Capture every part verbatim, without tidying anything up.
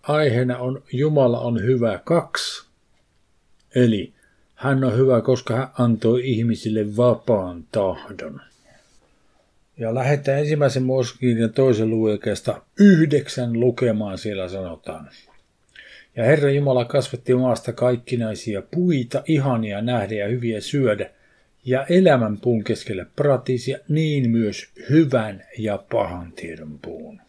aiheena on Jumala on hyvä kaksi. Eli hän on hyvä, koska hän antoi ihmisille vapaan tahdon. Ja lähdetään ensimmäisen Mooseksen toisen luvun jakeesta yhdeksän lukemaan, siellä sanotaan. Ja Herra Jumala kasvatti maasta kaikkinaisia puita, ihania nähdä ja hyviä syödä, ja elämän puun keskellä paratiisia, niin myös hyvän ja pahan tiedon puun.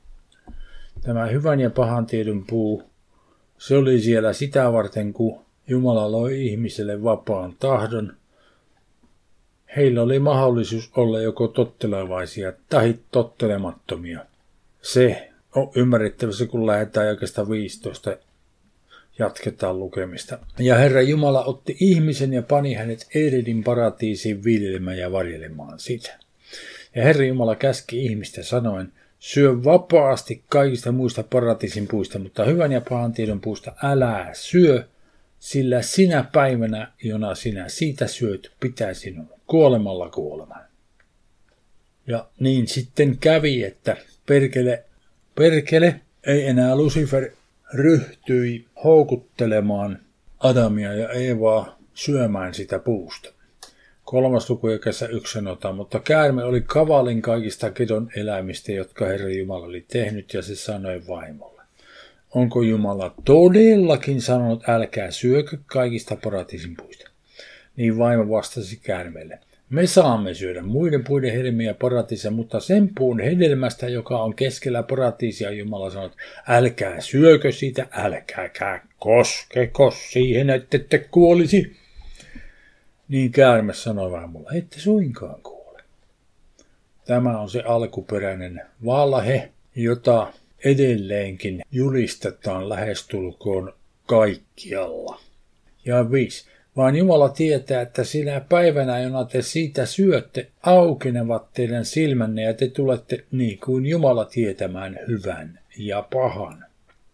Tämä hyvän ja pahan tiedon puu, se oli siellä sitä varten, kun Jumala loi ihmiselle vapaan tahdon. Heillä oli mahdollisuus olla joko tottelevaisia tai tottelemattomia. Se on ymmärrettävissä, kun lähdetään jakeesta viisitoista. Jatketaan lukemista. Ja Herra Jumala otti ihmisen ja pani hänet Edenin paratiisiin viljelemään ja varjelemaan sitä. Ja Herra Jumala käski ihmistä sanoen, syö vapaasti kaikista muista paratiisin puista, mutta hyvän ja pahan tiedon puusta älä syö, sillä sinä päivänä, jona sinä siitä syöt, pitää sinun kuolemalla kuoleman. Ja niin sitten kävi, että perkele, perkele ei enää Lucifer ryhtyi houkuttelemaan Adamia ja Eevaa syömään sitä puusta. Kolmas luku jakeessa yksi sanotaan, mutta käärme oli kavalin kaikista kedon eläimistä, jotka Herra Jumala oli tehnyt, ja se sanoi vaimolle. Onko Jumala todellakin sanonut, älkää syökö kaikista paratiisin puista? Niin vaimo vastasi käärmeelle. Me saamme syödä muiden puiden hedelmiä paratiisia, mutta sen puun hedelmästä, joka on keskellä paratiisia, Jumala sanoi, älkää syökö siitä, älkääkää koskeko siihen, ette te kuolisi. Niin käärme sanoi vaimolle, ette suinkaan kuole. Tämä on se alkuperäinen valhe, jota edelleenkin julistetaan lähestulkoon kaikkialla. Ja viisi. Vaan Jumala tietää, että sinä päivänä, jona te siitä syötte, aukenevat teidän silmänne ja te tulette niin kuin Jumala tietämään hyvän ja pahan.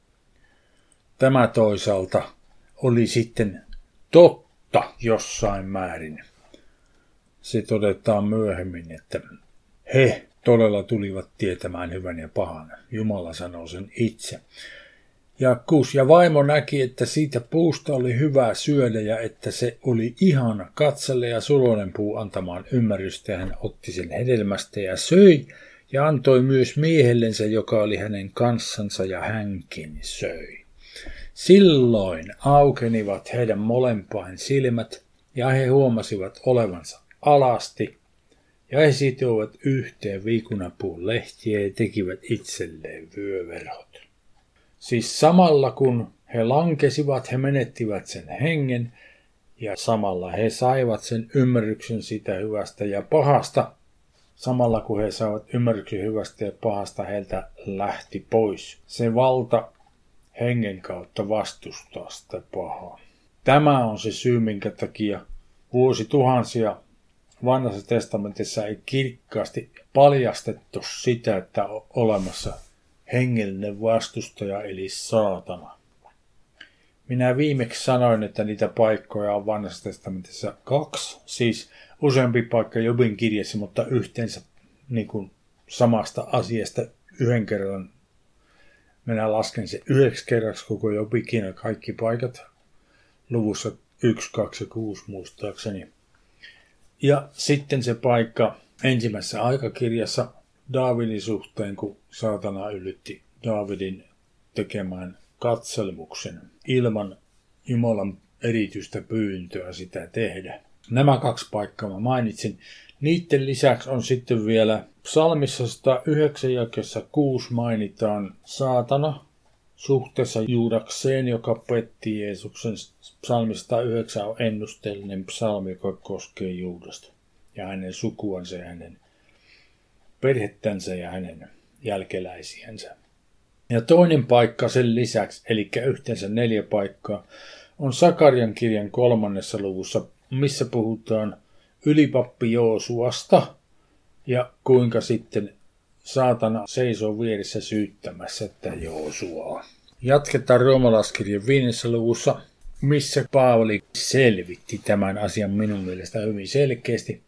Tämä toisaalta oli sitten totta jossain määrin. Se todetaan myöhemmin, että he todella tulivat tietämään hyvän ja pahan. Jumala sanoo sen itse. Ja kuusi. Ja vaimo näki, että siitä puusta oli hyvä syödä ja että se oli ihana katselle ja suloinen puu antamaan ymmärrystä. Ja hän otti sen hedelmästä ja söi ja antoi myös miehellensä, joka oli hänen kanssansa, ja hänkin söi. Silloin aukenivat heidän molempain silmät ja he huomasivat olevansa alasti ja he sitoivat yhteen viikunapuun lehtiä ja tekivät itselleen vyöverhot. Siis samalla kun he lankesivat, he menettivät sen hengen ja samalla he saivat sen ymmärryksen sitä hyvästä ja pahasta. Samalla kun he saivat ymmärryksen hyvästä ja pahasta, heiltä lähti pois se valta hengen kautta vastustaa sitä pahaa. Tämä on se syy, minkä takia vuosituhansia Vanhassa testamentissa ei kirkkaasti paljastettu sitä, että on olemassa hengellinen vastustaja eli saatana. Minä viimeksi sanoin, että niitä paikkoja on Vanhassa testamentissa kaksi, siis useampi paikka Jobin kirjassa, mutta yhteensä niin kuin samasta asiasta yhden kerran. Minä lasken se yhdeksi kerraksi koko Jobikin ja kaikki paikat luvussa yksi, kaksi ja kuusi muistaakseni. Ja sitten se paikka ensimmäisessä aikakirjassa Daavidin suhteen, kun saatana yllytti Daavidin tekemään katselmuksen ilman Jumalan erityistä pyyntöä sitä tehdä. Nämä kaksi paikkaa mä mainitsin. Niiden lisäksi on sitten vielä psalmissa sata yhdeksän jakeessa kuusi mainitaan saatana suhteessa Juudakseen, joka petti Jeesuksen. Psalmi sata yhdeksän on ennusteellinen psalmi, joka koskee Juudasta ja hänen sukuansa ja hänen perhettänsä ja hänen jälkeläisiänsä. Ja toinen paikka sen lisäksi, eli yhteensä neljä paikkaa, on Sakarian kirjan kolmannessa luvussa, missä puhutaan ylipappi Joosuasta ja kuinka sitten saatana seisoo vieressä syyttämässä tätä Joosuaa. Jatketaan roomalaiskirjan viidennessä luvussa, missä Paavali selvitti tämän asian minun mielestä hyvin selkeästi.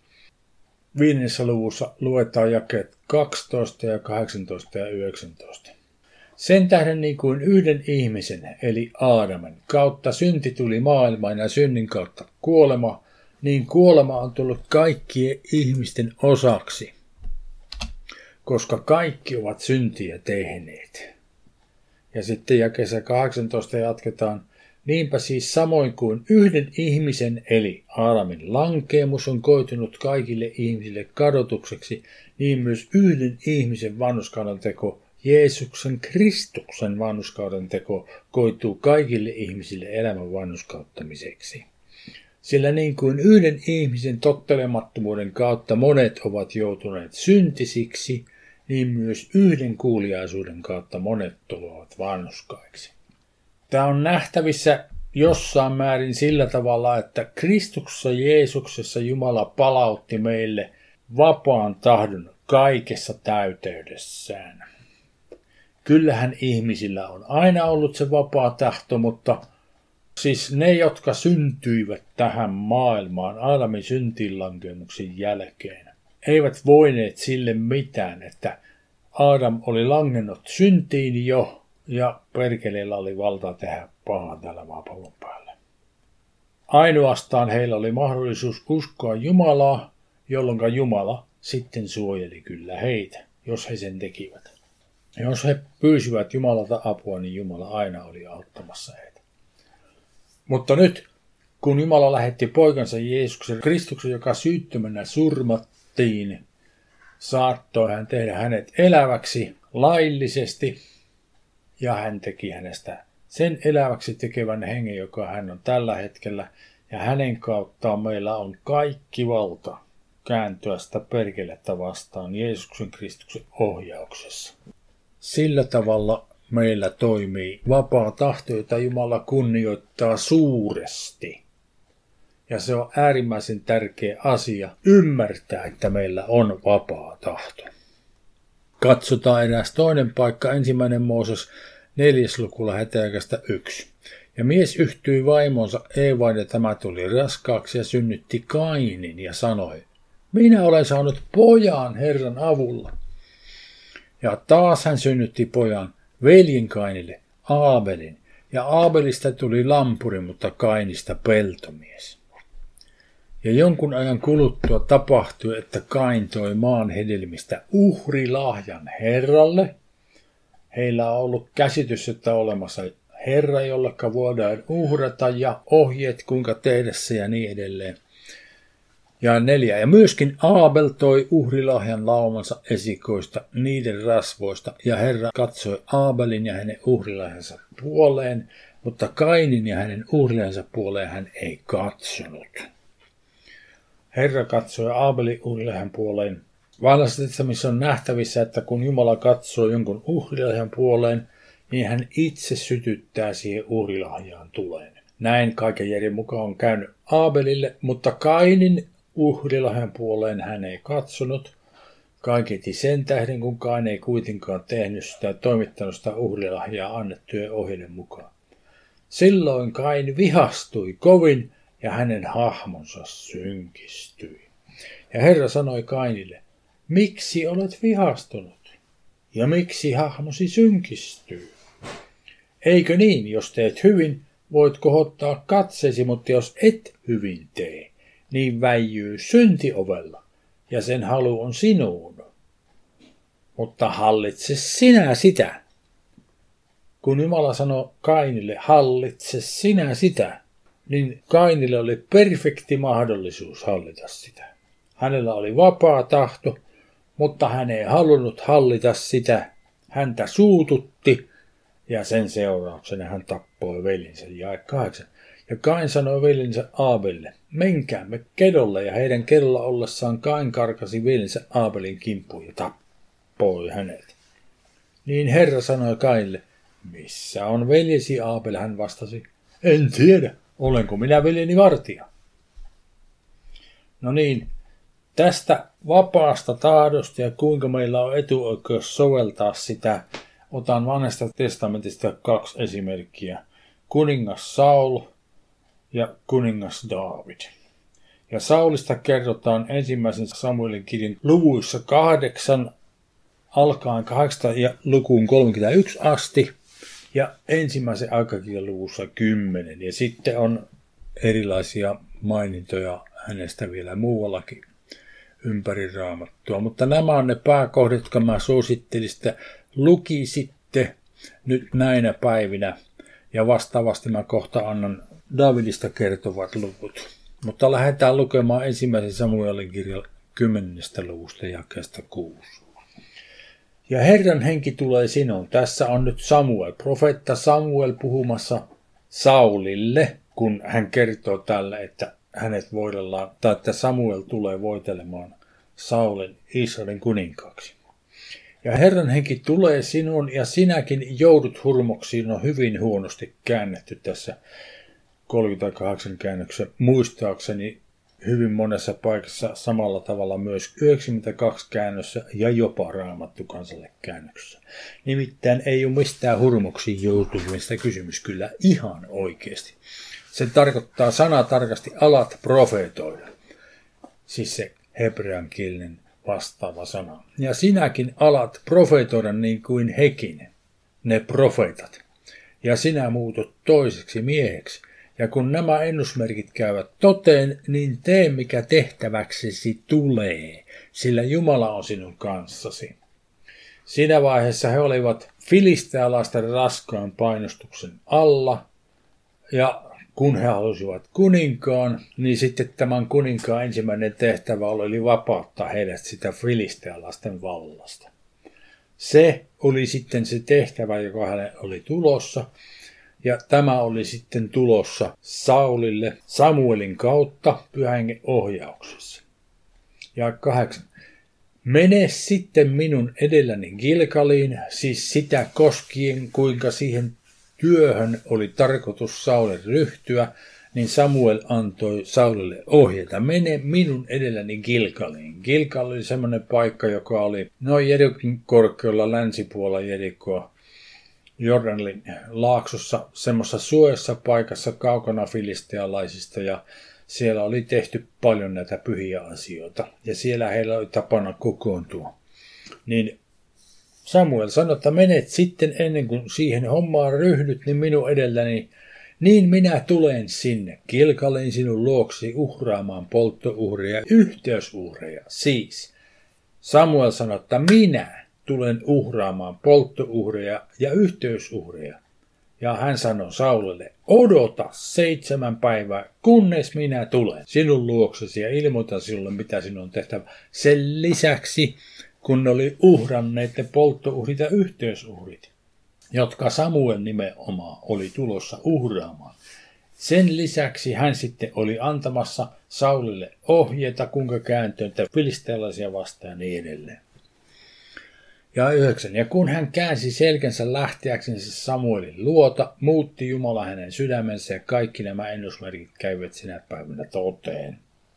Viidennessä luvussa luetaan jakeet kaksitoista ja kahdeksantoista ja yhdeksäntoista. Sen tähden niin kuin yhden ihmisen, eli Aadamin, kautta synti tuli maailmaan ja synnin kautta kuolema, niin kuolema on tullut kaikkien ihmisten osaksi, koska kaikki ovat syntiä tehneet. Ja sitten jakeessa kahdeksantoista jatketaan, niinpä siis samoin kuin yhden ihmisen eli Aadamin lankeemus on koitunut kaikille ihmisille kadotukseksi, niin myös yhden ihmisen vanhurskauden teko, Jeesuksen Kristuksen vanhurskauden teko, koituu kaikille ihmisille elämän vanhurskauttamiseksi. Sillä niin kuin yhden ihmisen tottelemattomuuden kautta monet ovat joutuneet syntisiksi, niin myös yhden kuuliaisuuden kautta monet tulevat vanhurskaiksi. Tämä on nähtävissä jossain määrin sillä tavalla, että Kristuksessa Jeesuksessa Jumala palautti meille vapaan tahdon kaikessa täyteydessään. Kyllähän ihmisillä on aina ollut se vapaa tahto, mutta siis ne, jotka syntyivät tähän maailmaan Aadamin syntiinlankemuksen jälkeen, eivät voineet sille mitään, että Aadam oli langennut syntiin jo ja perkeleellä oli valta tehdä pahaa tällä maapallon päällä. Ainoastaan heillä oli mahdollisuus uskoa Jumalaa, jolloin Jumala sitten suojeli kyllä heitä, jos he sen tekivät. Jos he pyysivät Jumalalta apua, niin Jumala aina oli auttamassa heitä. Mutta nyt, kun Jumala lähetti poikansa Jeesuksen Kristuksen, joka syyttömänä surmattiin, saattoi hän tehdä hänet eläväksi laillisesti, ja hän teki hänestä sen eläväksi tekevän hengen, joka hän on tällä hetkellä, ja hänen kauttaan meillä on kaikki valta kääntyä sitä perkelettä vastaan Jeesuksen Kristuksen ohjauksessa. Sillä tavalla meillä toimii vapaa tahto, jota Jumala kunnioittaa suuresti. Ja se on äärimmäisen tärkeä asia ymmärtää, että meillä on vapaa tahto. Katsotaan eräs toinen paikka, ensimmäinen Mooses, neljäs luku lähetäjäkästä yksi. Ja mies yhtyi vaimonsa Eevaan ja tämä tuli raskaaksi ja synnytti Kainin ja sanoi, minä olen saanut pojan Herran avulla. Ja taas hän synnytti pojan veljen Kainille, Aabelin, ja Aabelista tuli lampuri, mutta Kainista peltomies. Ja jonkun ajan kuluttua tapahtui, että Kain toi maan hedelmistä uhrilahjan Herralle. Heillä on ollut käsitys, että on olemassa Herra, jolleka voidaan uhrata ja ohjeet, kuinka tehdä se ja niin edelleen. Ja neljä. Ja myöskin Aabel toi uhrilahjan laumansa esikoista niiden rasvoista, ja Herra katsoi Aabelin ja hänen uhrilahjansa puoleen, mutta Kainin ja hänen uhrilahjansa puoleen hän ei katsonut. Herra katsoi Aabelin uhrilahjan puoleen. Vanhassa testamentissa on nähtävissä, että kun Jumala katsoo jonkun uhrilahjan puoleen, niin hän itse sytyttää siihen uhrilahjaan tuleen. Näin kaiken järjen mukaan on käynyt Aabelille, mutta Kainin uhrilahjan puoleen hän ei katsonut. Kaiketi sen tähden, kun Kain ei kuitenkaan tehnyt sitä toimittanut sitä uhrilahjaa annettujen ohjeiden mukaan. Silloin Kain vihastui kovin ja hänen hahmonsa synkistyi. Ja Herra sanoi Kainille, miksi olet vihastunut ja miksi hahmosi synkistyy? Eikö niin, jos teet hyvin, voit kohottaa katseesi, mutta jos et hyvin tee, niin väijyy synti ovella, ja sen halu on sinuun. Mutta hallitse sinä sitä. Kun Jumala sanoi Kainille, hallitse sinä sitä, niin Kainille oli perfekti mahdollisuus hallita sitä. Hänellä oli vapaa tahto, mutta hän ei halunnut hallita sitä. Häntä suututti, ja sen seurauksena hän tappoi velinsä. Jae kahdeksan. Ja Kain sanoi veljensä Aabelille, menkäämme kedolle, ja heidän kedolla ollessaan Kain karkasi veljensä Aabelin kimppuun ja tappoi hänet. Niin Herra sanoi Kainille, missä on veljesi Aabel? Hän vastasi, en tiedä, olenko minä veljeni vartija. No niin, tästä vapaasta tahdosta ja kuinka meillä on etuoikeus soveltaa sitä, otan vanhasta testamentista kaksi esimerkkiä. Kuningas Saul ja kuningas Daavid. Ja Saulista kerrotaan ensimmäisen Samuelin kirjan luvuissa kahdeksan alkaen kahdeksasta lukuun kolmekymmentäyksi asti ja ensimmäisen aikakirjan luvussa kymmenen. Ja sitten on erilaisia mainintoja hänestä vielä muuallakin ympäri Raamattua. Mutta nämä on ne pääkohdat, jotka mä suosittelisin, että lukisitte nyt näinä päivinä. Ja vastaavasti mä kohta annan Daavidista kertovat luvut. Mutta lähdetään lukemaan ensimmäisen Samuelin kirjan kymmenennestä luvusta jakeesta kuusi. Ja Herran henki tulee sinun. Tässä on nyt Samuel, profeetta Samuel puhumassa Saulille, kun hän kertoo tällä, että hänet voidellaan, tai että Samuel tulee voitelemaan Saulin Israelin kuninkaaksi. Ja Herran henki tulee sinun ja sinäkin joudut hurmoksiin, on hyvin huonosti käännetty tässä kolmekymmentäkahdeksan käännöksessä. Muistaakseni hyvin monessa paikassa samalla tavalla myös yhdeksänkymmentäkaksi käännössä ja jopa Raamattu kansalle käännöksessä. Nimittäin ei ole mistään hurmoksiin joutumista kysymys kyllä ihan oikeasti. Se tarkoittaa sanatarkasti alat profeetoida. Siis se hebreankielinen vastaava sana. Ja sinäkin alat profeetoida niin kuin hekin, ne profeetat. Ja sinä muutut toiseksi mieheksi. Ja kun nämä ennusmerkit käyvät toteen, niin tee mikä tehtäväksesi tulee, sillä Jumala on sinun kanssasi. Siinä vaiheessa he olivat filistealaisten raskaan painostuksen alla, ja kun he halusivat kuninkaan, niin sitten tämän kuninkaan ensimmäinen tehtävä oli vapauttaa heidät sitä filistealaisten vallasta. Se oli sitten se tehtävä, joka hänelle oli tulossa, ja tämä oli sitten tulossa Saulille Samuelin kautta Pyhän Hengen ohjauksessa. Ja kahdeksan. Mene sitten minun edelläni Gilgaliin, siis sitä koskien, kuinka siihen työhön oli tarkoitus Saulin ryhtyä, niin Samuel antoi Saulille ohjeita. Mene minun edelläni Gilgaliin. Gilgal oli semmoinen paikka, joka oli noin Jerikon korkealla länsipuolella Jerikoa, Jordanin laaksossa, semmoisessa suojassa paikassa kaukana filistealaisista, ja siellä oli tehty paljon näitä pyhiä asioita, ja siellä heillä oli tapana kokoontua. Niin Samuel sanoi, että menet sitten ennen kuin siihen hommaan ryhdyt, niin minun edelläni, niin minä tulen sinne Gilgaliin sinun luoksi uhraamaan polttouhreja ja yhteysuhreja. Siis Samuel sanoi, että minä tulen uhraamaan polttouhreja ja yhteysuhreja. Ja hän sanoi Saulille, odota seitsemän päivää, kunnes minä tulen sinun luoksesi ja ilmoitan sinulle, mitä sinun on tehtävä. Sen lisäksi, kun ne oli uhranneet ne polttouhrit ja yhteysuhrit, jotka Samuel nimenomaan oli tulossa uhraamaan. Sen lisäksi hän sitten oli antamassa Saulille ohjeita, kuinka kääntyä filistealaisia vastaan ja niin edelleen. Ja yhdeksän. Ja kun hän käänsi selkänsä lähteäksensä Samuelin luota, muutti Jumala hänen sydämensä ja kaikki nämä ennusmerkit käyvät sinä päivänä toteen.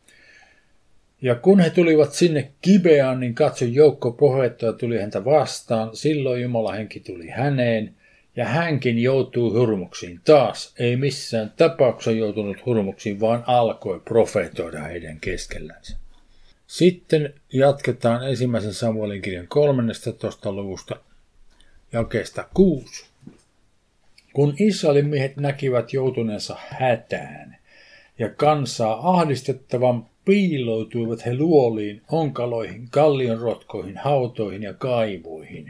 Ja kun he tulivat sinne Gibeaan, niin katso joukko profeettoja tuli häntä vastaan. Silloin Jumala henki tuli häneen ja hänkin joutui hurmuksiin. Taas ei missään tapauksessa joutunut hurmuksiin, vaan alkoi profeetoida heidän keskellänsä. Sitten jatketaan ensimmäisen Samuelin kirjan kolmannestatoista luvusta jakeesta kuusi. Kun Israelin miehet näkivät joutuneensa hätään ja kansaa ahdistettavan, piiloutuivat he luoliin, onkaloihin, kallionrotkoihin, hautoihin ja kaivoihin.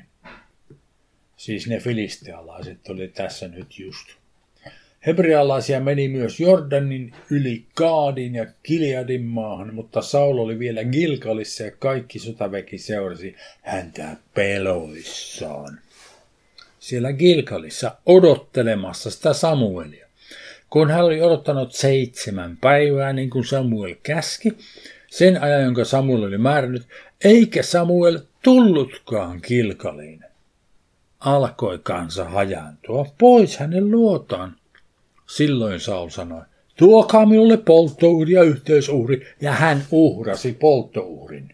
Siis ne filistealaiset oli tässä nyt just. Hebrealaisia meni myös Jordanin yli Gaadin ja Gileadin maahan, mutta Saul oli vielä Gilgalissa ja kaikki sotaväki seurasi häntä peloissaan. Siellä Gilgalissa odottelemassa sitä Samuelia. Kun hän oli odottanut seitsemän päivää, niin kuin Samuel käski, sen ajan, jonka Samuel oli määrännyt, eikä Samuel tullutkaan Gilgaliin. Alkoi kansa hajaantua pois hänen luotaan. Silloin Saul sanoi, tuokaa minulle polttouhri ja yhteysuhri, ja hän uhrasi polttouhrin.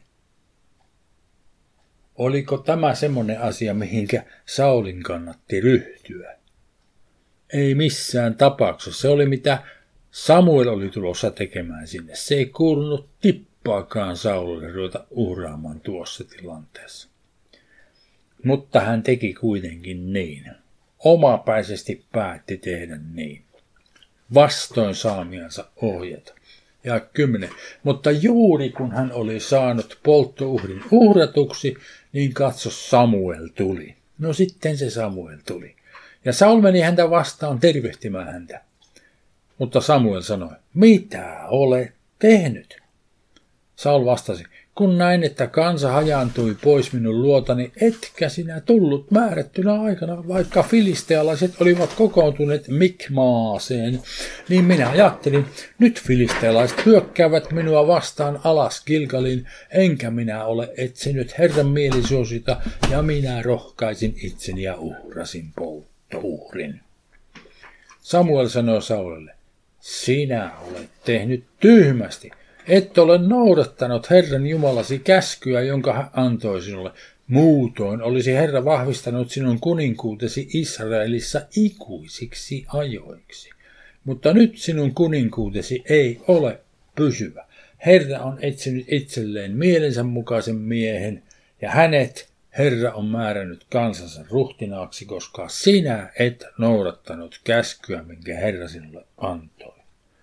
Oliko tämä semmoinen asia, mihinkä Saulin kannatti ryhtyä? Ei missään tapauksessa. Se oli mitä Samuel oli tulossa tekemään sinne. Se ei kuulunut tippaakaan Saulille ruveta uhraamaan tuossa tilanteessa. Mutta hän teki kuitenkin niin. Omapäisesti päätti tehdä niin. Vastoin saamiansa ohjata. Ja kymmenen. Mutta juuri kun hän oli saanut polttouhrin uhratuksi, niin katso, Samuel tuli. No sitten se Samuel tuli. Ja Saul meni häntä vastaan tervehtimään häntä. Mutta Samuel sanoi, mitä olet tehnyt? Saul vastasi, kun näin, että kansa hajaantui pois minun luotani, etkä sinä tullut määrättynä aikana, vaikka filistealaiset olivat kokoontuneet Mikmaaseen, niin minä ajattelin, nyt filistealaiset hyökkäävät minua vastaan alas Gilgalin, enkä minä ole etsinyt Herran mielisuosita, ja minä rohkaisin itseni ja uhrasin polttouhrin. Samuel sanoi Saulille, sinä olet tehnyt tyhmästi. Et ole noudattanut Herran Jumalasi käskyä, jonka hän antoi sinulle. Muutoin olisi Herra vahvistanut sinun kuninkuutesi Israelissa ikuisiksi ajoiksi. Mutta nyt sinun kuninkuutesi ei ole pysyvä. Herra on etsinyt itselleen mielensä mukaisen miehen, ja hänet Herra on määrännyt kansansa ruhtinaaksi, koska sinä et noudattanut käskyä, minkä Herra sinulle antoi.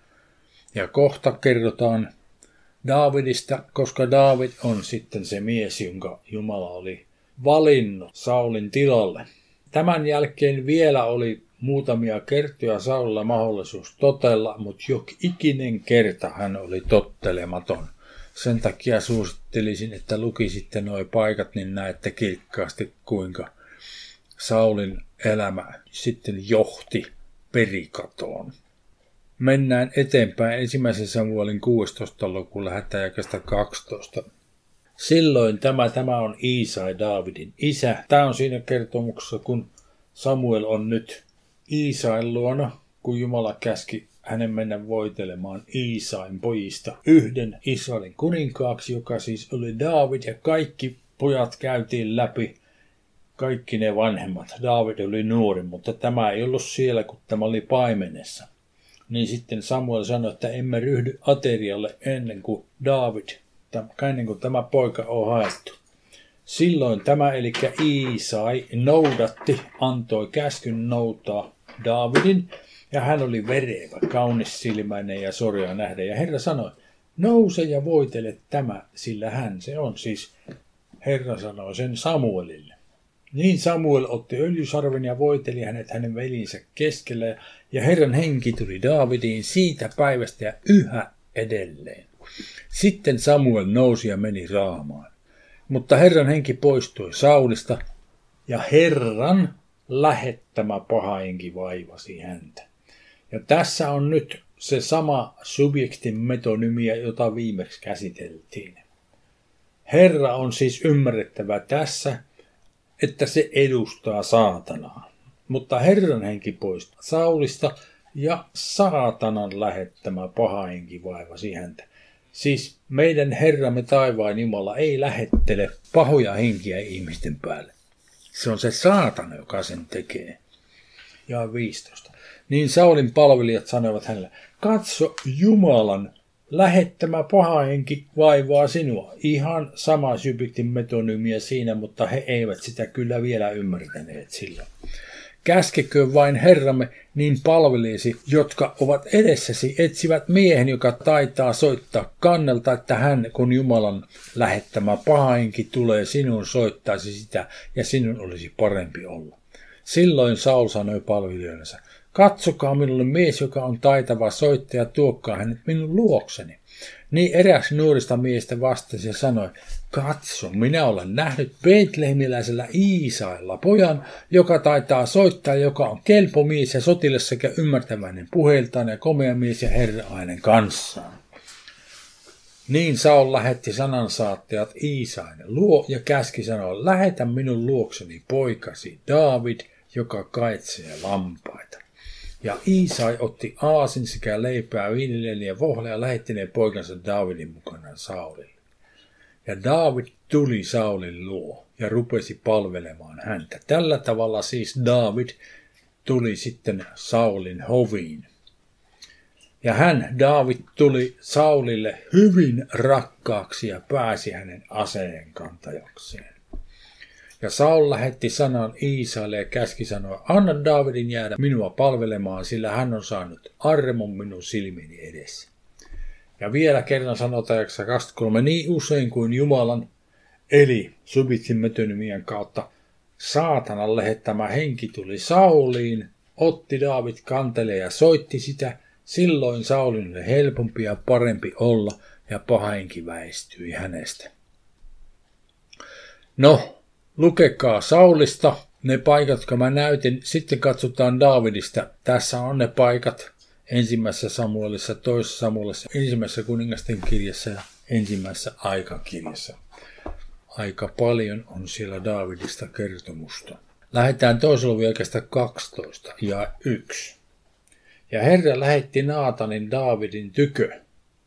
Ja kohta kerrotaan Daavidista, koska Daavid on sitten se mies, jonka Jumala oli valinnut Saulin tilalle. Tämän jälkeen vielä oli muutamia kertoja Saulilla mahdollisuus totella, mutta joka ikinen kerta hän oli tottelematon. Sen takia suosittelisin, että lukisitte nuo paikat, niin näette kirkkaasti, kuinka Saulin elämä sitten johti perikatoon. Mennään eteenpäin ensimmäisen Samuelin kuusitoista lukuun, lähdetään jakeesta kaksitoista. Silloin tämä, tämä on Iisai, Daavidin isä. Tämä on siinä kertomuksessa, kun Samuel on nyt Iisain luona, kun Jumala käski hänen mennä voitelemaan Iisain pojista yhden Israelin kuninkaaksi, joka siis oli Daavid, ja kaikki pojat käytiin läpi, kaikki ne vanhemmat. Daavid oli nuori, mutta tämä ei ollut siellä, kun tämä oli paimenessa. Niin sitten Samuel sanoi, että emme ryhdy aterialle ennen kuin Daavid, ennen kuin tämä poika on haettu. Silloin tämä, eli Iisai, noudatti, antoi käskyn noutaa Daavidin, ja hän oli verevä, kaunis silmäinen ja sorjaa nähdä. Ja Herra sanoi, nouse ja voitele tämä, sillä hän se on. Siis Herra sanoi sen Samuelille. Niin Samuel otti öljysarven ja voiteli hänet hänen velinsä keskellä, ja Herran henki tuli Daavidiin siitä päivästä ja yhä edelleen. Sitten Samuel nousi ja meni Raamaan. Mutta Herran henki poistui Saulista, ja Herran lähettämä paha henki vaivasi häntä. Ja tässä on nyt se sama subjektin metonymia, jota viimeksi käsiteltiin. Herra on siis ymmärrettävä tässä, että se edustaa saatanaa. Mutta Herran henki poistui Saulista, ja saatanan lähettämä paha henki vaivasi häntä. Siis meidän Herramme taivaan Jumala ei lähettele pahoja henkiä ihmisten päälle. Se on se saatana, joka sen tekee. Ja viisitoista. Niin Saulin palvelijat sanoivat hänelle, katso Jumalan lähettämä paha henki vaivaa sinua. Ihan sama subjektin metonymia siinä, mutta he eivät sitä kyllä vielä ymmärtäneet silloin. Käskekö vain Herramme, niin palvelijasi, jotka ovat edessäsi, etsivät miehen, joka taitaa soittaa kannelta, että hän, kun Jumalan lähettämä paha henki tulee sinun, soittaisi sitä, ja sinun olisi parempi olla. Silloin Saul sanoi palvelijoillensa, katsokaa minulle mies, joka on taitava soittaja, tuokkaa hänet minun luokseni. Niin eräs nuorista miehistä vastasi ja sanoi, katso, minä olen nähnyt betlehemiläisellä Iisailla pojan, joka taitaa soittaa, joka on kelpo mies ja sotilas sekä ymmärtäväinen puheiltaan ja komea mies ja Herra hänen kanssaan. Niin Saul lähetti sanansaattajat Iisain luo ja käski sanoa, lähetä minun luokseni poikasi Daavid, joka kaitsee lampaita. Ja Iisai otti aasin sekä leipää, viinilleen ja vohlea ja lähetti ne poikansa Daavidin mukana Saulille. Ja Daavid tuli Saulin luo ja rupesi palvelemaan häntä. Tällä tavalla siis Daavid tuli sitten Saulin hoviin. Ja hän, Daavid, tuli Saulille hyvin rakkaaksi ja pääsi hänen aseen kantajakseen. Ja Saul lähetti sanan Iisaille ja käski sanoa, anna Daavidin jäädä minua palvelemaan, sillä hän on saanut armon minun silmini edessä. Ja vielä kerran sanotaan kaksikymmentäkolme, niin usein kuin Jumalan, eli subjektin metonymien kautta saatanan lähettämä henki tuli Sauliin, otti Daavid kanteleen ja soitti sitä, silloin Saulin oli helpompi ja parempi olla ja paha henki väistyi hänestä. No, lukekaa Saulista ne paikat, jotka mä näytin, sitten katsotaan Daavidista. Tässä on ne paikat ensimmäisessä Samuelissa, toisessa Samuelissa, ensimmäisessä kuningasten kirjassa ja ensimmäisessä aikakirjassa. Aika paljon on siellä Daavidista kertomusta. Lähdetään toisella viikosta kaksitoista ja yksi. Ja Herra lähetti Naatanin Daavidin tykö.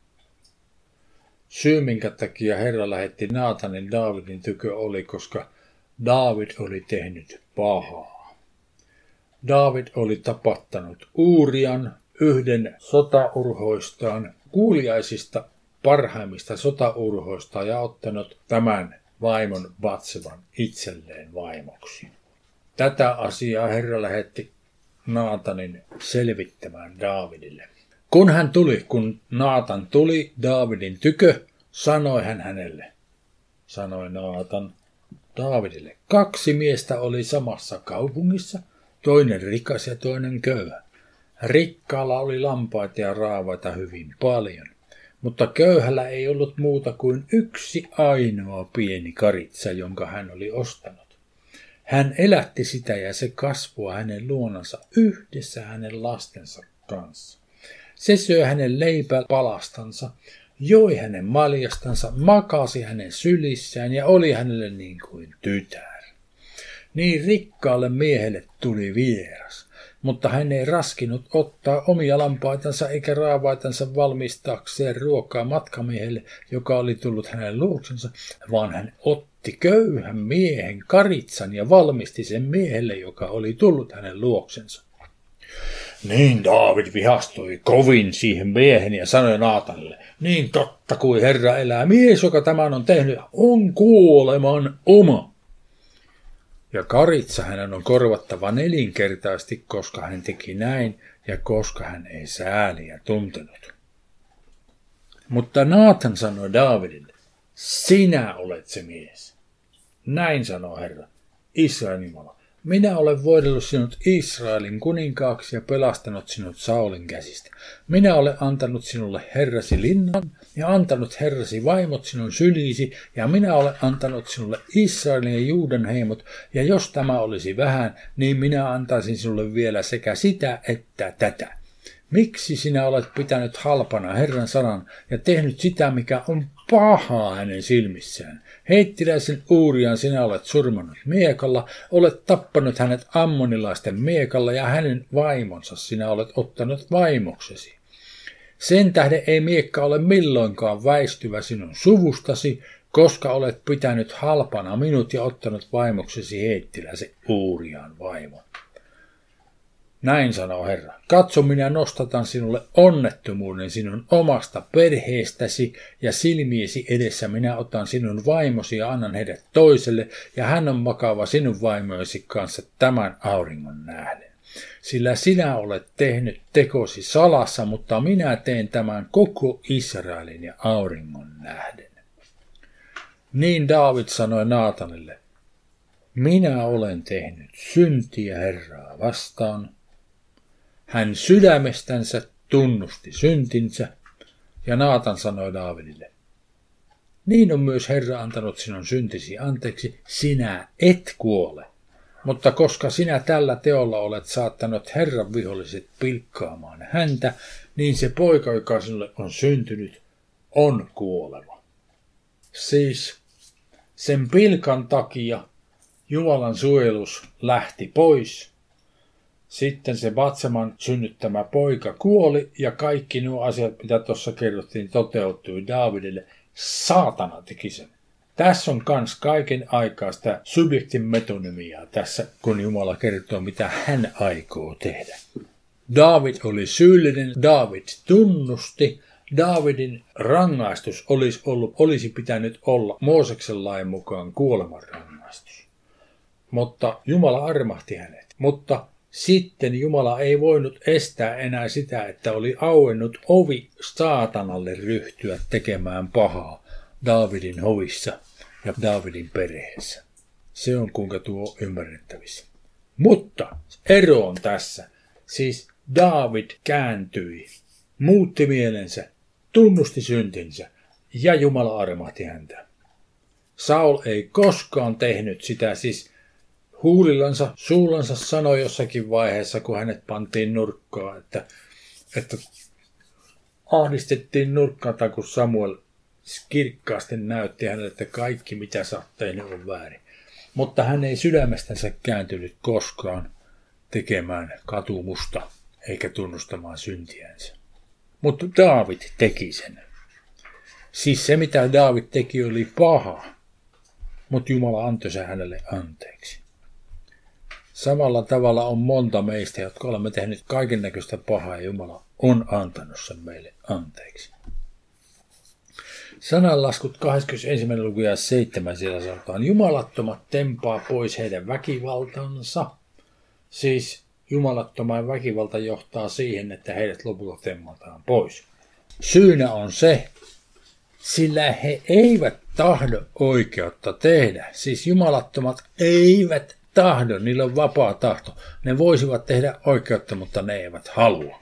Syy, minkä takia Herra lähetti Naatanin Daavidin tykö oli, koska Daavid oli tehnyt pahaa. Daavid oli tapattanut Uurian, yhden sotaurhoistaan, kuuliaisista parhaimmista sotaurhoista ja ottanut tämän vaimon Batseban itselleen vaimoksi. Tätä asiaa Herra lähetti Naatanin selvittämään Daavidille. Kun hän tuli, kun Naatan tuli Daavidin tykö, sanoi hän hänelle, sanoi Naatan Daavidille, kaksi miestä oli samassa kaupungissa, toinen rikas ja toinen köyhä. Rikkaalla oli lampaita ja raavaita hyvin paljon, mutta köyhällä ei ollut muuta kuin yksi ainoa pieni karitsa, jonka hän oli ostanut. Hän elätti sitä ja se kasvoi hänen luonansa yhdessä hänen lastensa kanssa. Se söi hänen leipäpalastansa, joi hänen maljastansa, makasi hänen sylissään ja oli hänelle niin kuin tytär. Niin rikkaalle miehelle tuli vieras, mutta hän ei raskinut ottaa omia lampaitansa eikä raavaitansa valmistaakseen ruokaa matkamiehelle, joka oli tullut hänen luoksensa, vaan hän otti köyhän miehen karitsan ja valmisti sen miehelle, joka oli tullut hänen luoksensa. Niin Daavid vihastui kovin siihen miehen ja sanoi Naatanille, niin totta kuin Herra elää, mies, joka tämän on tehnyt, on kuoleman oma. Ja karitsa hänen on korvattava nelinkertaisesti, koska hän teki näin ja koska hän ei sääliä tuntenut. Mutta Naatan sanoi Daavidille, sinä olet se mies. Näin sanoo Herra, Israelin Jumala. Minä olen voidellut sinut Israelin kuninkaaksi ja pelastanut sinut Saulin käsistä. Minä olen antanut sinulle herrasi linnan ja antanut herrasi vaimot sinun syliisi ja minä olen antanut sinulle Israelin ja Juudan heimot ja jos tämä olisi vähän, niin minä antaisin sinulle vielä sekä sitä että tätä. Miksi sinä olet pitänyt halpana Herran sanan ja tehnyt sitä, mikä on pahaa hänen silmissään? Heittiläisen Uurian sinä olet surmannut miekalla, olet tappanut hänet ammonilaisten miekalla ja hänen vaimonsa sinä olet ottanut vaimoksesi. Sen tähden ei miekka ole milloinkaan väistyvä sinun suvustasi, koska olet pitänyt halpana minut ja ottanut vaimoksesi heittiläisen Uurian vaimon. Näin sanoo Herra, katso minä nostatan sinulle onnettomuuden sinun omasta perheestäsi ja silmiesi edessä minä otan sinun vaimosi ja annan heidät toiselle ja hän on makava sinun vaimoisi kanssa tämän auringon nähden. Sillä sinä olet tehnyt tekosi salassa, mutta minä teen tämän koko Israelin ja auringon nähden. Niin Daavid sanoi Naatanille, minä olen tehnyt syntiä Herraa vastaan. Hän sydämestänsä tunnusti syntinsä, ja Naatan sanoi Daavidille, niin on myös Herra antanut sinun syntisi anteeksi, sinä et kuole. Mutta koska sinä tällä teolla olet saattanut Herran viholliset pilkkaamaan häntä, niin se poika, joka sinulle on syntynyt, on kuoleva. Siis sen pilkan takia Jumalan suojelus lähti pois. Sitten se Batseman synnyttämä poika kuoli ja kaikki nuo asiat, mitä tuossa kerrottiin, toteutui Daavidille. Saatana teki sen. Tässä on kans kaiken aikaa sitä subjektin metonymiaa tässä, kun Jumala kertoo, mitä hän aikoo tehdä. Daavid oli syyllinen, Daavid tunnusti, Daavidin rangaistus olisi, ollut, olisi pitänyt olla Mooseksen lain mukaan kuolemanrangaistus. mutta Jumala armahti hänet. Mutta sitten Jumala ei voinut estää enää sitä, että oli auennut ovi saatanalle ryhtyä tekemään pahaa Daavidin hovissa ja Daavidin perheessä. Se on kuinka tuo ymmärrettävissä. Mutta ero on tässä. Siis Daavid kääntyi, muutti mielensä, tunnusti syntinsä ja Jumala armahti häntä. Saul ei koskaan tehnyt sitä, siis huulillansa, suullansa sanoi jossakin vaiheessa, kun hänet pantiin nurkkaan, että, että ahdistettiin nurkkaan, tai kun Samuel kirkkaasti näytti hänelle, että kaikki mitä sä oot tehnyt on väärin. Mutta hän ei sydämestänsä kääntynyt koskaan tekemään katumusta eikä tunnustamaan syntiänsä. Mutta Daavid teki sen. Siis se mitä Daavid teki oli paha, mutta Jumala antoi sen hänelle anteeksi. Samalla tavalla on monta meistä, jotka olemme tehneet kaiken näköistä pahaa ja Jumala on antanut sen meille anteeksi. Sananlaskut kaksikymmentäyksi luku ja seitsemän siellä sanotaan, jumalattomat tempaa pois heidän väkivaltansa. Siis jumalattoman väkivalta johtaa siihen, että heidät lopulta temmataan pois. Syynä on se, sillä he eivät tahdo oikeutta tehdä. Siis jumalattomat eivät tahdo, niillä on vapaa tahto. Ne voisivat tehdä oikeutta, mutta ne eivät halua.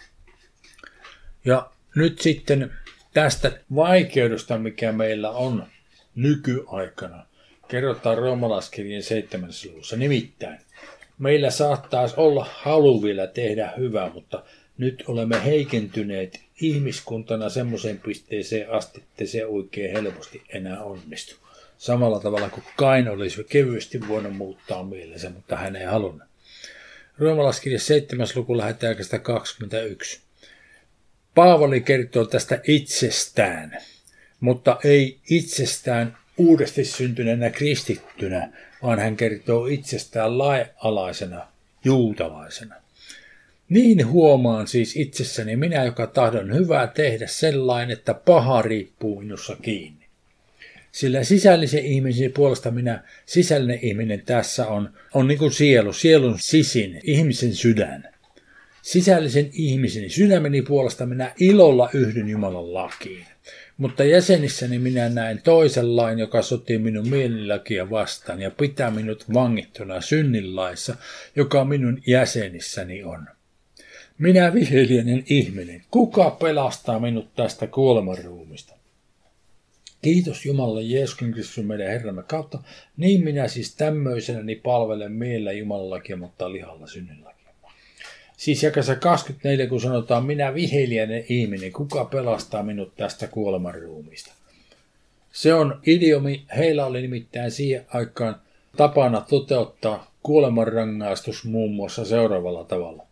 Ja nyt sitten tästä vaikeudesta, mikä meillä on nykyaikana, kerrotaan roomalaiskirjeen seitsemännessä luvussa. Nimittäin meillä saattaisi olla halu vielä tehdä hyvää, mutta nyt olemme heikentyneet ihmiskuntana semmoiseen pisteeseen asti, että se oikein helposti enää onnistu. Samalla tavalla kuin Kain olisi kevyesti voinut muuttaa mielensä, mutta hän ei halunnut. Roomalaiskirja seitsemäs luku lähdetään oikeastaan kaksikymmentäyksi. Paavali kertoo tästä itsestään, mutta ei itsestään uudesti syntyneenä kristittynä, vaan hän kertoo itsestään lainalaisena, juutalaisena. Niin huomaan siis itsessäni minä, joka tahdon hyvää tehdä sellainen, että paha riippuu minussa kiinni. Sillä sisällisen ihmisen puolesta minä, sisällinen ihminen tässä on, on niin kuin sielu, sielun sisin, ihmisen sydän. Sisällisen ihmisen sydämeni puolesta minä ilolla yhdyn Jumalan lakiin. Mutta jäsenissäni minä näen toisen lain, joka sotii minun mielilakia vastaan ja pitää minut vangittuna synninlaissa, joka minun jäsenissäni on. Minä viheliäinen ihminen, kuka pelastaa minut tästä kuolemanruumista? Kiitos Jumalalle Jeesuksen Kristuksen meidän Herramme kautta, niin minä siis tämmöisenäni palvelen mielellä Jumalan lakia, mutta lihalla synnin lakia. Siis jakassa kaksikymmentäneljä, kun sanotaan, minä viheliäinen ihminen, kuka pelastaa minut tästä kuolemanruumista? Se on idiomi, heillä oli nimittäin siihen aikaan tapana toteuttaa kuolemanrangaistus muun muassa seuraavalla tavalla.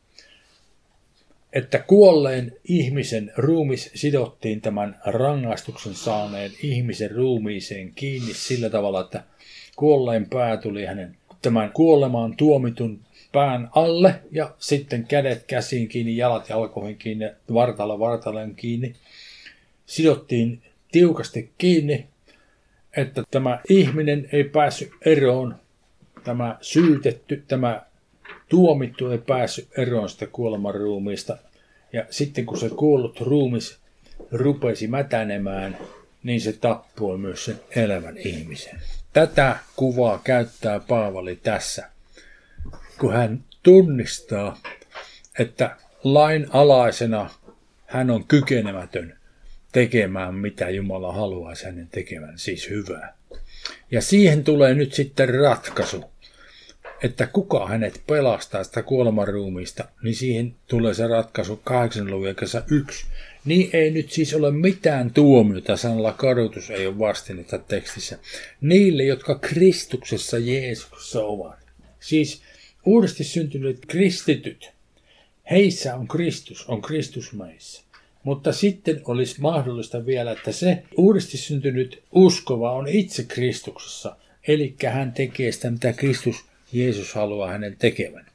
Että kuolleen ihmisen ruumis sidottiin tämän rangaistuksen saaneen ihmisen ruumiiseen kiinni sillä tavalla, että kuolleen pää tuli hänen tämän kuolemaan tuomitun pään alle ja sitten kädet käsiin kiinni, jalat jalkoihin kiinni, vartalo vartaloon kiinni. Sidottiin tiukasti kiinni, että tämä ihminen ei päässyt eroon, tämä syytetty, tämä tuomittu ei päässyt eroon sitä kuoleman ruumiista. Ja sitten kun se kuollut ruumis rupesi mätänemään, niin se tappoi myös sen elävän ihmisen. Tätä kuvaa käyttää Paavali tässä, kun hän tunnistaa, että lain alaisena hän on kykenemätön tekemään, mitä Jumala haluaisi hänen tekevän, siis hyvää. Ja siihen tulee nyt sitten ratkaisu, että kuka hänet pelastaa sitä kuolemanruumiista, niin siihen tulee se ratkaisu kahdeksan luvun jakessa yksi. Niin ei nyt siis ole mitään tuomiota, sanalla kadotus ei ole vastinetta tekstissä, niille, jotka Kristuksessa Jeesuksessa ovat. Siis uudesti syntyneet kristityt, heissä on Kristus, on Kristus meissä. Mutta sitten olisi mahdollista vielä, että se uudesti syntynyt uskova on itse Kristuksessa, eli hän tekee sitä, mitä Kristus Jeesus haluaa hänen tekevän.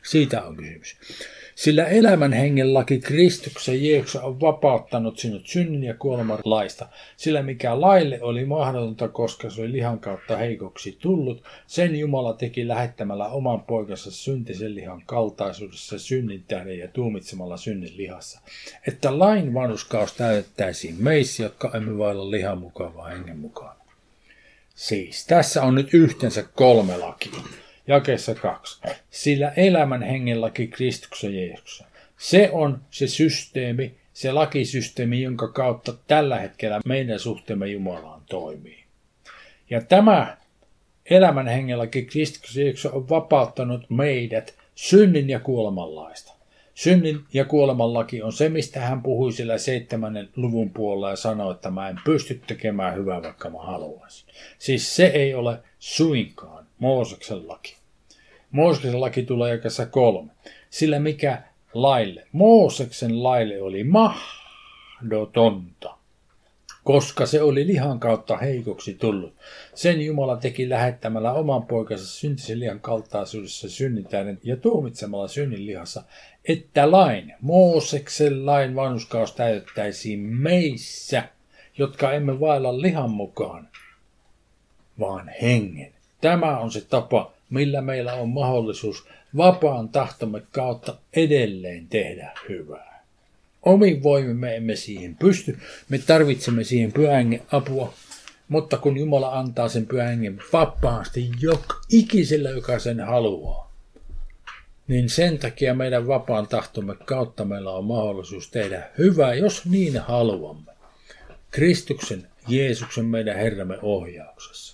Siitä on kysymys. Sillä elämän hengen laki Kristuksen Jeesuksessa on vapauttanut sinut synnin ja kuoleman laista. Sillä mikä laille oli mahdotonta, koska se oli lihan kautta heikoksi tullut, sen Jumala teki lähettämällä oman poikansa syntisen lihan kaltaisuudessa synnin tähden ja tuomitsemalla synnin lihassa. Että lain vanhurskaus täytettäisiin meissä, jotka emme vailla lihan mukaan, vaan hengen mukaan. Siis tässä on nyt yhteensä kolme lakia. Jakeessa kaksi. Sillä elämän hengen laki Kristuksen Jeesuksessa. Se on se systeemi, se lakisysteemi, jonka kautta tällä hetkellä meidän suhteemme Jumalaan toimii. Ja tämä elämän hengen laki Kristuksen Jeesuksessa on vapauttanut meidät synnin ja kuoleman laista. Synnin ja kuoleman laki on se, mistä hän puhui sillä seitsemännen luvun puolella ja sanoi, että mä en pysty tekemään hyvää, vaikka mä haluaisin. Siis se ei ole suinkaan Mooseksen laki. Mooseksen laki tulee jakessa kolme. Sillä mikä laille? Mooseksen laille oli mahdotonta, koska se oli lihan kautta heikoksi tullut. Sen Jumala teki lähettämällä oman poikansa syntisen lihan kaltaisuudessa synnitäinen ja tuomitsemalla synnin lihassa, että lain, Mooseksen lain vanhurskaus täytettäisiin meissä, jotka emme vailla lihan mukaan, vaan hengen. Tämä on se tapa, millä meillä on mahdollisuus vapaan tahtomme kautta edelleen tehdä hyvää. Omin voimin me emme siihen pysty, me tarvitsemme siihen Pyhän Hengen apua, mutta kun Jumala antaa sen Pyhän Hengen vapaasti joka ikisellä, joka sen haluaa, niin sen takia meidän vapaan tahtomme kautta meillä on mahdollisuus tehdä hyvää, jos niin haluamme. Kristuksen, Jeesuksen, meidän Herramme ohjauksessa.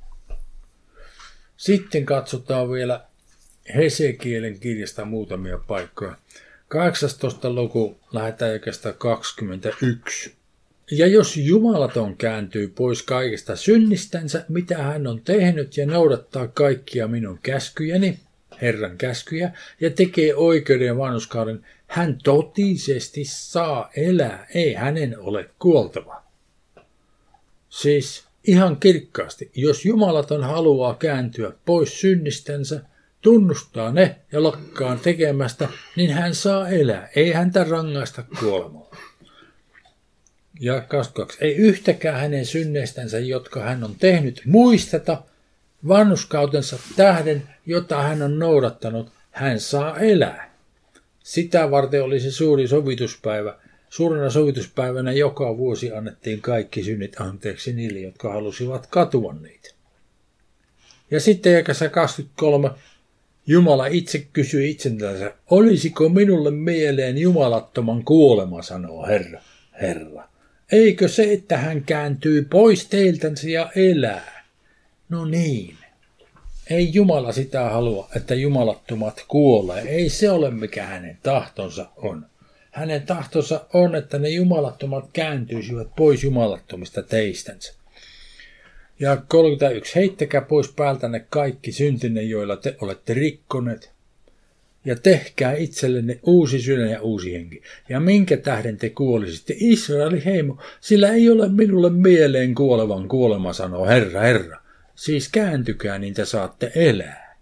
Sitten katsotaan vielä Hesekielen kirjasta muutamia paikkoja. kahdeksastoista luku lähdetään jakeesta kaksikymmentäyksi. Ja jos jumalaton kääntyy pois kaikista synnistänsä, mitä hän on tehnyt, ja noudattaa kaikkia minun käskyjäni, Herran käskyjä, ja tekee oikeuden ja vanhurskauden, hän totisesti saa elää, ei hänen ole kuoltava. Siis ihan kirkkaasti, jos jumalaton haluaa kääntyä pois synnistänsä, tunnustaa ne ja lakkaa tekemästä, niin hän saa elää, ei häntä rangaista kuolemalla. Ja kaksikymmentäkaksi. Ei yhtäkään hänen synneistänsä, jotka hän on tehnyt, muisteta vanhurskautensa tähden, jota hän on noudattanut, hän saa elää. Sitä varten oli se suuri sovituspäivä. Suurena sovituspäivänä joka vuosi annettiin kaikki synnit anteeksi niille, jotka halusivat katua niitä. Ja sitten jakeessa kaksikymmentäkolme. Jumala itse kysyi itseltänsä, olisiko minulle mieleen jumalattoman kuolema, sanoo Herra. Herra. Eikö se, että hän kääntyy pois teiltänsä ja elää? No niin. Ei Jumala sitä halua, että jumalattomat kuolee. Ei se ole mikä hänen tahtonsa on. Hänen tahtonsa on, että ne jumalattomat kääntyisivät pois jumalattomista teistänsä. Ja kolmekymmentäyksi. Heittäkää pois päältänne kaikki syntinne, joilla te olette rikkoneet. Ja tehkää itsellenne uusi sydän ja uusi henki. Ja minkä tähden te kuolisitte, Israelin heimo, sillä ei ole minulle mieleen kuolevan kuolema, sanoo Herra, Herra. Siis kääntykää, niin te saatte elää.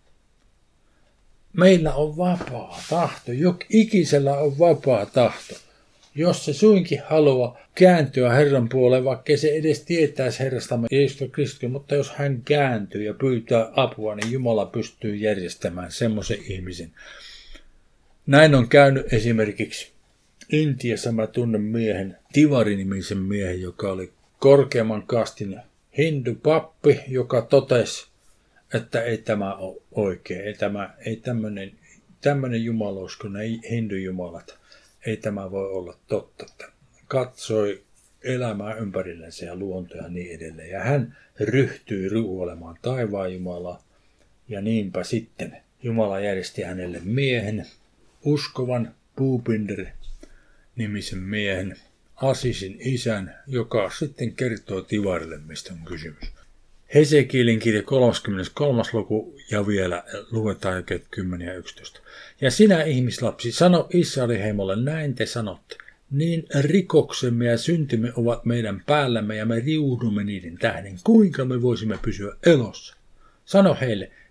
Meillä on vapaa tahto, jok ikisellä on vapaa tahto. Jos se suinkin haluaa kääntyä Herran puoleen, vaikka se edes tietäisi Herrastamme Jeesus Kristus, mutta jos hän kääntyy ja pyytää apua, niin Jumala pystyy järjestämään semmoisen ihmisen. Näin on käynyt esimerkiksi Intiassa. Mä tunnen miehen, Tivari-nimisen miehen, joka oli korkeamman kastin hindupappi, joka totesi, että ei tämä ole oikein, ei, tämä, ei tämmöinen, tämmöinen jumalaus, ei hindujumalat. Ei tämä voi olla totta. Katsoi elämää ympärillänsä ja luontoa ja niin edelleen. Ja hän ryhtyi ruoilemaan taivaan Jumalaa. Ja niinpä sitten Jumala järjesti hänelle miehen, uskovan Bhupinder-nimisen miehen, Asisin isän, joka sitten kertoo Tivarille, mistä on kysymys. Hesekielin kirja kolmaskymmeneskolmas luku ja vielä luetaan jakeet kymmenen ja yksitoista. Ja sinä ihmislapsi, sano Israelin heimolle, näin te sanotte. Niin rikoksemme ja syntimme ovat meidän päällämme ja me riuhdumme niiden tähden. Kuinka me voisimme pysyä elossa? Sano heille,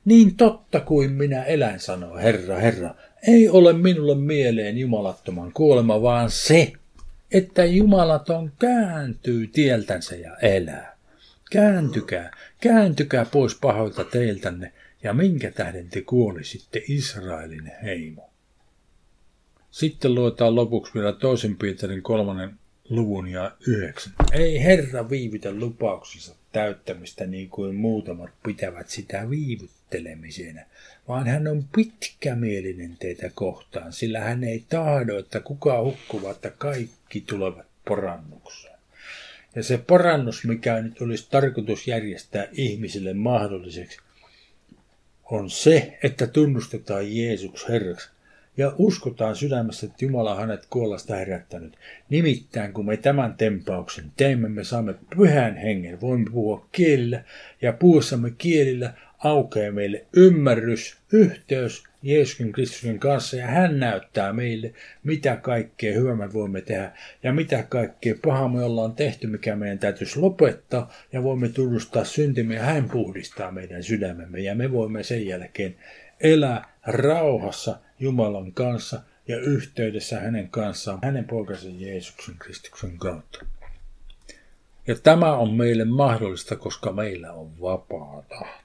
Niin totta kuin minä elän, sanoo Herra, Herra, ei ole minulle mieleen jumalattoman kuolema, vaan se, että jumalaton kääntyy tieltänsä ja elää. Kääntykää, kääntykää pois pahoilta teiltänne, ja minkä tähden te kuolisitte, Israelin heimo. Sitten luetaan lopuksi vielä toisen Pietarin kolmannen luvun ja yhdeksän. Ei Herra viivytä lupauksensa täyttämistä niin kuin muutamat pitävät sitä viivyttelemisenä, vaan hän on pitkämielinen teitä kohtaan, sillä hän ei tahdo, että kukaan hukkuva, että kaikki tulevat parannukseen. Ja se parannus, mikä nyt olisi tarkoitus järjestää ihmisille mahdolliseksi, on se, että tunnustetaan Jeesus Herraksi ja uskotaan sydämessä, että Jumala on hänet kuollasta herättänyt. Nimittäin kun me tämän tempauksen teemme, me saamme pyhän hengen, voimme puhua kielillä ja puhuessamme kielillä aukeaa meille ymmärrys, yhteys Jeesuksen Kristuksen kanssa ja hän näyttää meille, mitä kaikkea hyvää me voimme tehdä ja mitä kaikkea pahaa me ollaan tehty, mikä meidän täytyisi lopettaa ja voimme tunnustaa syntimme ja hän puhdistaa meidän sydämemme ja me voimme sen jälkeen elää rauhassa Jumalan kanssa ja yhteydessä hänen kanssaan, hänen poikansa Jeesuksen Kristuksen kautta. Ja tämä on meille mahdollista, koska meillä on vapaa tahto.